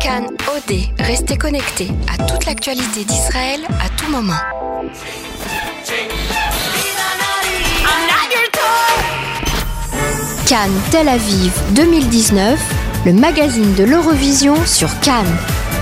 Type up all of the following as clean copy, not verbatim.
Cannes OD, restez connectés à toute l'actualité d'Israël à tout moment. Cannes Tel Aviv 2019, le magazine de l'Eurovision sur Cannes.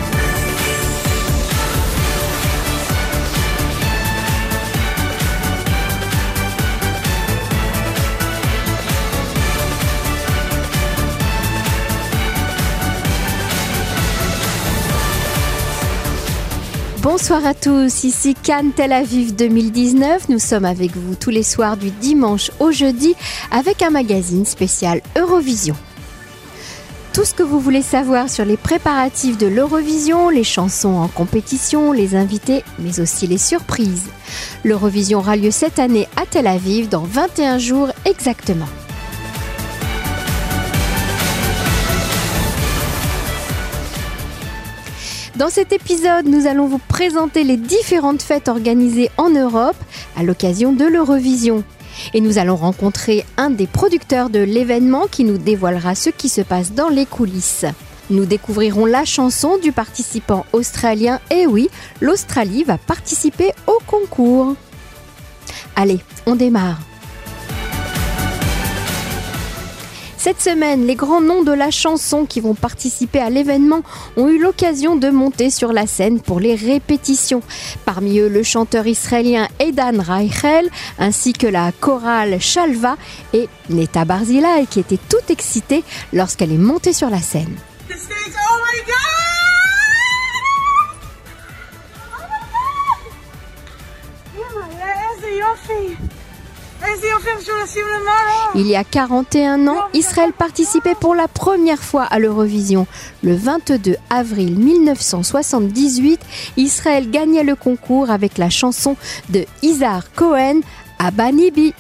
Bonsoir à tous, ici Cannes Tel Aviv 2019. Nous sommes avec vous tous les soirs du dimanche au jeudi avec un magazine spécial Eurovision. Tout ce que vous voulez savoir sur les préparatifs de l'Eurovision, les chansons en compétition, les invités, mais aussi les surprises. L'Eurovision aura lieu cette année à Tel Aviv dans 21 jours exactement. Dans cet épisode, nous allons vous présenter les différentes fêtes organisées en Europe à l'occasion de l'Eurovision. Et nous allons rencontrer un des producteurs de l'événement qui nous dévoilera ce qui se passe dans les coulisses. Nous découvrirons la chanson du participant australien. Et oui, l'Australie va participer au concours. Allez, on démarre. Cette semaine, les grands noms de la chanson qui vont participer à l'événement ont eu l'occasion de monter sur la scène pour les répétitions. Parmi eux, le chanteur israélien Eidan Reichel, ainsi que la chorale Shalva et Netta Barzilai, qui était toute excitée lorsqu'elle est montée sur la scène. Il y a 41 ans, Israël participait pour la première fois à l'Eurovision. Le 22 avril 1978, Israël gagnait le concours avec la chanson de Yizhar Cohen, Abba Nibi.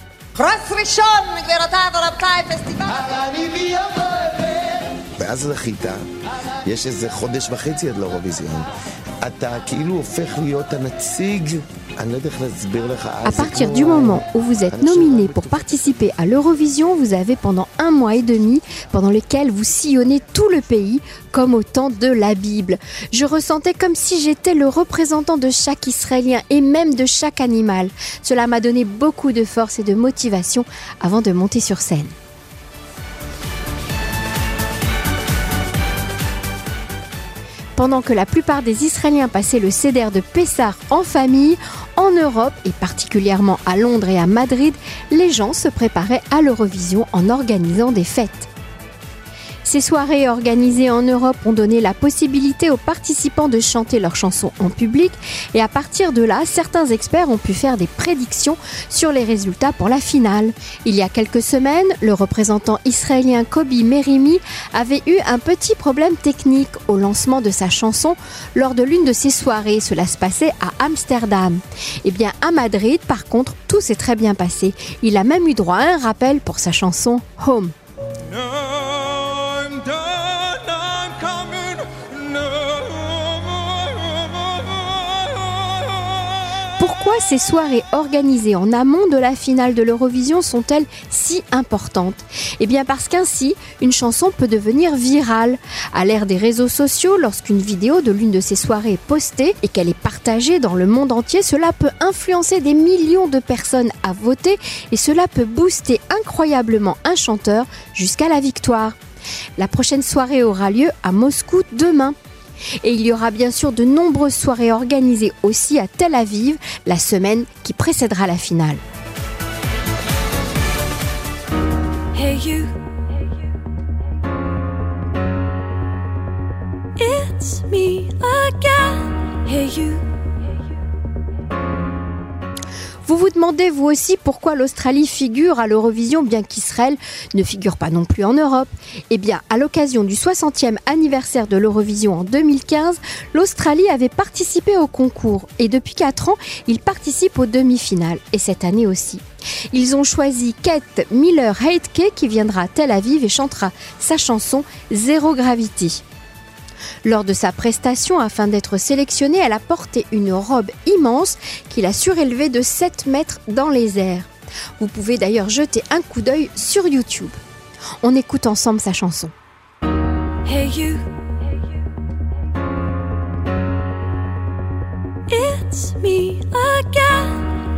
ואז זכית, יש איזה חודש וחצי עד לאירוויזיון. אתה כאילו הופך להיות הנציג, אני לא יודע איך להסביר לך. À partir du moment où vous êtes nominé pour participer à l'Eurovision, vous avez pendant 1 mois et demi pendant lequel vous sillonnez tout le pays comme au temps de la Bible. Je ressentais comme si j'étais le représentant de chaque Israélien et même de chaque animal. Cela m'a donné beaucoup de force et de motivation avant de monter sur scène. Pendant que la plupart des Israéliens passaient le Seder de Pessah en famille, en Europe et particulièrement à Londres et à Madrid, les gens se préparaient à l'Eurovision en organisant des fêtes. Ces soirées organisées en Europe ont donné la possibilité aux participants de chanter leurs chansons en public et à partir de là, certains experts ont pu faire des prédictions sur les résultats pour la finale. Il y a quelques semaines, le représentant israélien Kobi Merimi avait eu un petit problème technique au lancement de sa chanson lors de l'une de ses soirées. Cela se passait à Amsterdam. Et bien à Madrid, par contre, tout s'est très bien passé. Il a même eu droit à un rappel pour sa chanson Home. Pourquoi ces soirées organisées en amont de la finale de l'Eurovision sont-elles si importantes ? Eh bien parce qu'ainsi, une chanson peut devenir virale. À l'ère des réseaux sociaux, lorsqu'une vidéo de l'une de ces soirées est postée et qu'elle est partagée dans le monde entier, cela peut influencer des millions de personnes à voter et cela peut booster incroyablement un chanteur jusqu'à la victoire. La prochaine soirée aura lieu à Moscou demain. Et il y aura bien sûr de nombreuses soirées organisées aussi à Tel Aviv la semaine qui précédera la finale. Hey you. It's me again. Hey you. Vous vous demandez vous aussi pourquoi l'Australie figure à l'Eurovision bien qu'Israël ne figure pas non plus en Europe. Eh bien, à l'occasion du 60e anniversaire de l'Eurovision en 2015, l'Australie avait participé au concours et depuis 4 ans, ils participent aux demi-finales et cette année aussi. Ils ont choisi Kate Miller-Heidke qui viendra à Tel Aviv et chantera sa chanson Zero Gravity. Lors de sa prestation, afin d'être sélectionnée, elle a porté une robe immense qui l'a surélevée de 7 mètres dans les airs. Vous pouvez d'ailleurs jeter un coup d'œil sur YouTube. On écoute ensemble sa chanson. Hey you,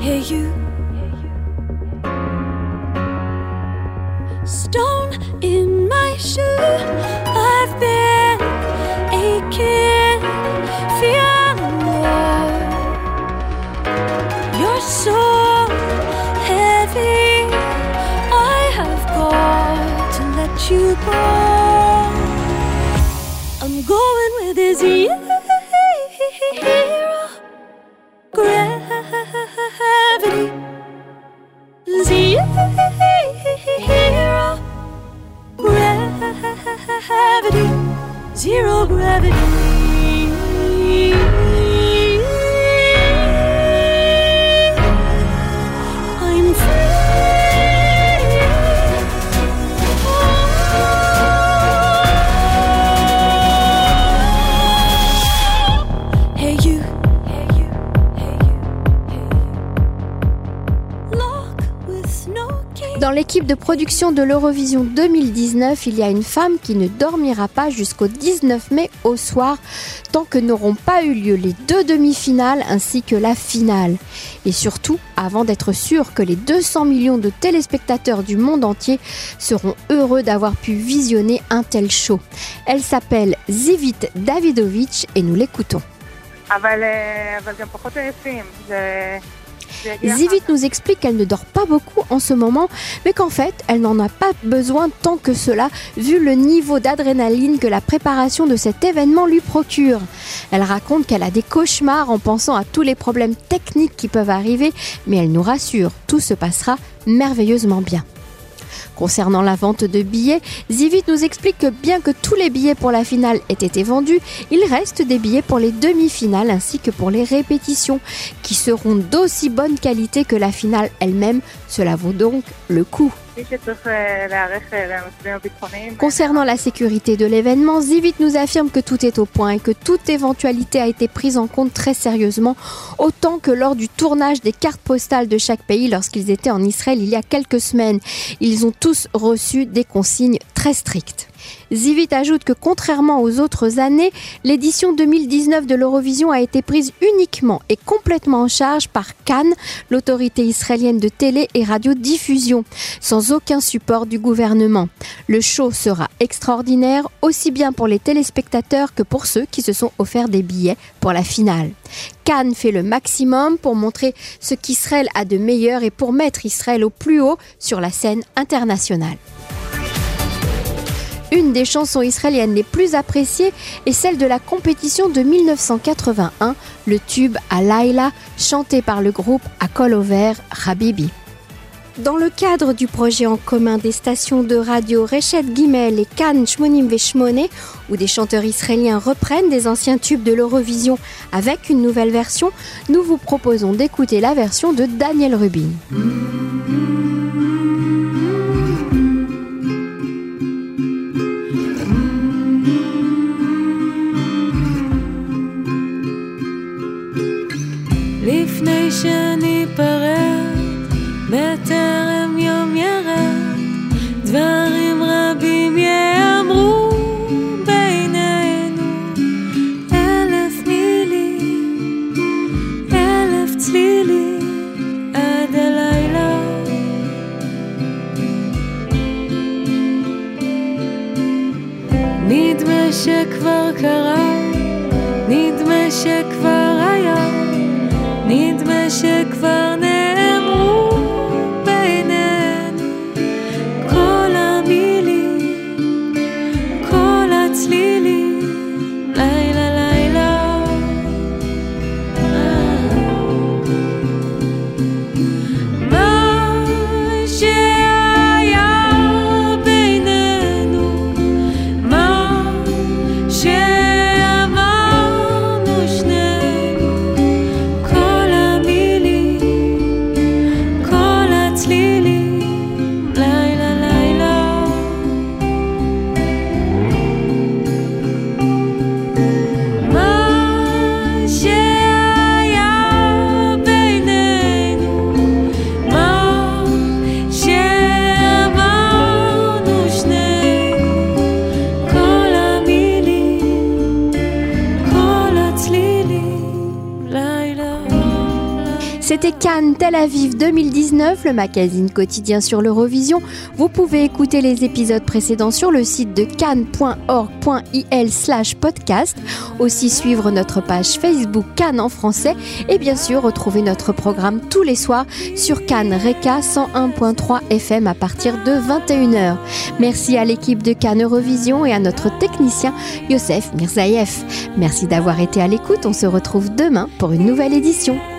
Hey you, stone in my shoe. I've been aching, feeling low. You're so heavy, I have got to let you go. I'm going with this hero. Gravity, zero gravity, zero gravity. I'm free. Hey you. Dans l'équipe de production de l'Eurovision 2019, il y a une femme qui ne dormira pas jusqu'au 19 mai au soir tant que n'auront pas eu lieu les 2 demi-finales ainsi que la finale. Et surtout, avant d'être sûr que les 200 millions de téléspectateurs du monde entier seront heureux d'avoir pu visionner un tel show. Elle s'appelle Zivit Davidovich et nous l'écoutons. Zivit nous explique qu'elle ne dort pas beaucoup en ce moment, mais qu'en fait, elle n'en a pas besoin tant que cela, vu le niveau d'adrénaline que la préparation de cet événement lui procure. Elle raconte qu'elle a des cauchemars en pensant à tous les problèmes techniques qui peuvent arriver, mais elle nous rassure, tout se passera merveilleusement bien. Concernant la vente de billets, Zivit nous explique que bien que tous les billets pour la finale aient été vendus, il reste des billets pour les demi-finales ainsi que pour les répétitions, qui seront d'aussi bonne qualité que la finale elle-même. Cela vaut donc le coup. Concernant la sécurité de l'événement, Zivit nous affirme que tout est au point et que toute éventualité a été prise en compte très sérieusement, autant que lors du tournage des cartes postales de chaque pays lorsqu'ils étaient en Israël il y a quelques semaines. Ils ont tous reçu des consignes très strictes. Zivit ajoute que contrairement aux autres années, l'édition 2019 de l'Eurovision a été prise uniquement et complètement en charge par Cannes, l'autorité israélienne de télé et radiodiffusion, sans aucun support du gouvernement. Le show sera extraordinaire, aussi bien pour les téléspectateurs que pour ceux qui se sont offerts des billets pour la finale. Cannes fait le maximum pour montrer ce qu'Israël a de meilleur et pour mettre Israël au plus haut sur la scène internationale. Une des chansons israéliennes les plus appréciées est celle de la compétition de 1981, le tube Alayla, chanté par le groupe Akol Over Habibi. Dans le cadre du projet en commun des stations de radio Reshet Gimel et Kan Shmonim Veshmone, où des chanteurs israéliens reprennent des anciens tubes de l'Eurovision avec une nouvelle version, nous vous proposons d'écouter la version de Daniel Rubin. לפני שניפרד, בטרם יום ירד, דברים רבים יאמרו בינינו. 1000 מילים, 1000 צלילים, עד הלילה. נדמה שכבר קרה, נדמה שכבר היה, נדמה שכבר נאמרו בינינו כל המילים, כל הצלילים, לילה לילה. מה שהיה בינינו, מה שאמרנו שנינו, C'était Cannes Tel Aviv 2019, le magazine quotidien sur l'Eurovision. Vous pouvez écouter les épisodes précédents sur le site de cannes.org.il/podcast. Aussi suivre notre page Facebook Cannes en français et bien sûr retrouver notre programme tous les soirs sur Cannes Reka 101.3 FM à partir de 21h. Merci à l'équipe de Cannes Eurovision et à notre technicien Youssef Mirzaïev. Merci d'avoir été à l'écoute. On se retrouve demain pour une nouvelle édition.